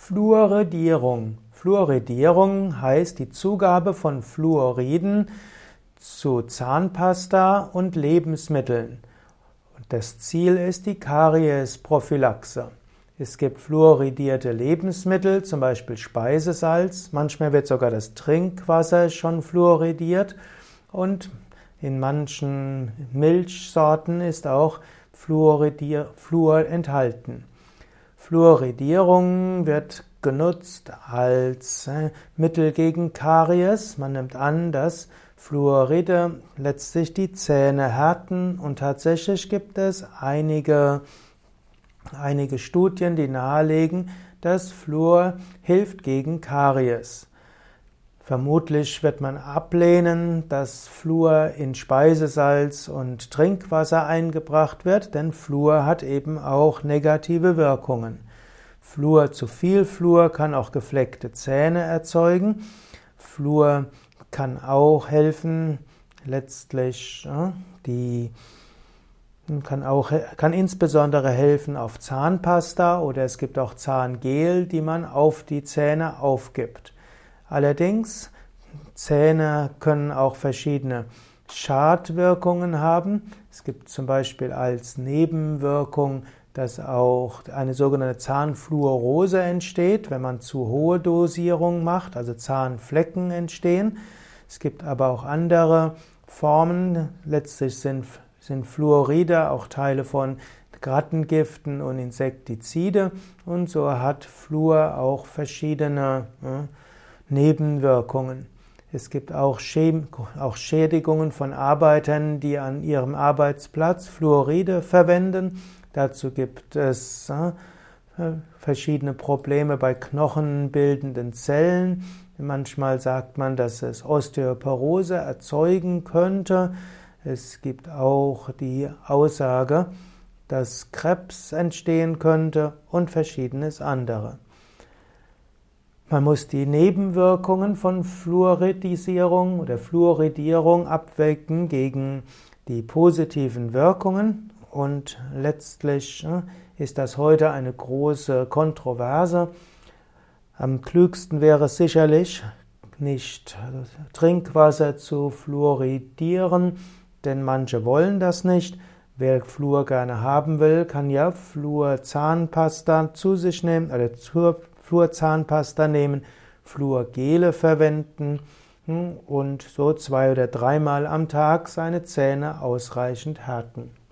Fluoridierung. Fluoridierung heißt die Zugabe von Fluoriden zu Zahnpasta und Lebensmitteln. Das Ziel ist die Kariesprophylaxe. Es gibt fluoridierte Lebensmittel, zum Beispiel Speisesalz. Manchmal wird sogar das Trinkwasser schon fluoridiert und in manchen Milchsorten ist auch Fluor enthalten. Fluoridierung wird genutzt als Mittel gegen Karies. Man nimmt an, dass Fluoride letztlich die Zähne härten und tatsächlich gibt es einige Studien, die nahelegen, dass Fluor hilft gegen Karies. Vermutlich wird man ablehnen, dass Fluor in Speisesalz und Trinkwasser eingebracht wird, denn Fluor hat eben auch negative Wirkungen. Zu viel Fluor kann auch gefleckte Zähne erzeugen. Fluor kann auch helfen, letztlich kann insbesondere helfen auf Zahnpasta oder es gibt auch Zahngel, die man auf die Zähne aufgibt. Allerdings, Zähne können auch verschiedene Schadwirkungen haben. Es gibt zum Beispiel als Nebenwirkung, dass auch eine sogenannte Zahnfluorose entsteht, wenn man zu hohe Dosierung macht, also Zahnflecken entstehen. Es gibt aber auch andere Formen. Letztlich sind Fluoride auch Teile von Rattengiften und Insektizide und so hat Fluor auch verschiedene Nebenwirkungen. Es gibt auch Schädigungen von Arbeitern, die an ihrem Arbeitsplatz Fluoride verwenden. Dazu gibt es verschiedene Probleme bei knochenbildenden Zellen. Manchmal sagt man, dass es Osteoporose erzeugen könnte. Es gibt auch die Aussage, dass Krebs entstehen könnte und verschiedenes andere. Man muss die Nebenwirkungen von Fluoridisierung oder Fluoridierung abwägen gegen die positiven Wirkungen und letztlich ist das heute eine große Kontroverse. Am klügsten wäre es sicherlich, nicht Trinkwasser zu fluoridieren, denn manche wollen das nicht. Wer Fluor gerne haben will, kann ja Fluorzahnpasta zu sich nehmen oder Fluorzahnpasta nehmen, Fluorgele verwenden und so 2- oder 3-mal am Tag seine Zähne ausreichend härten.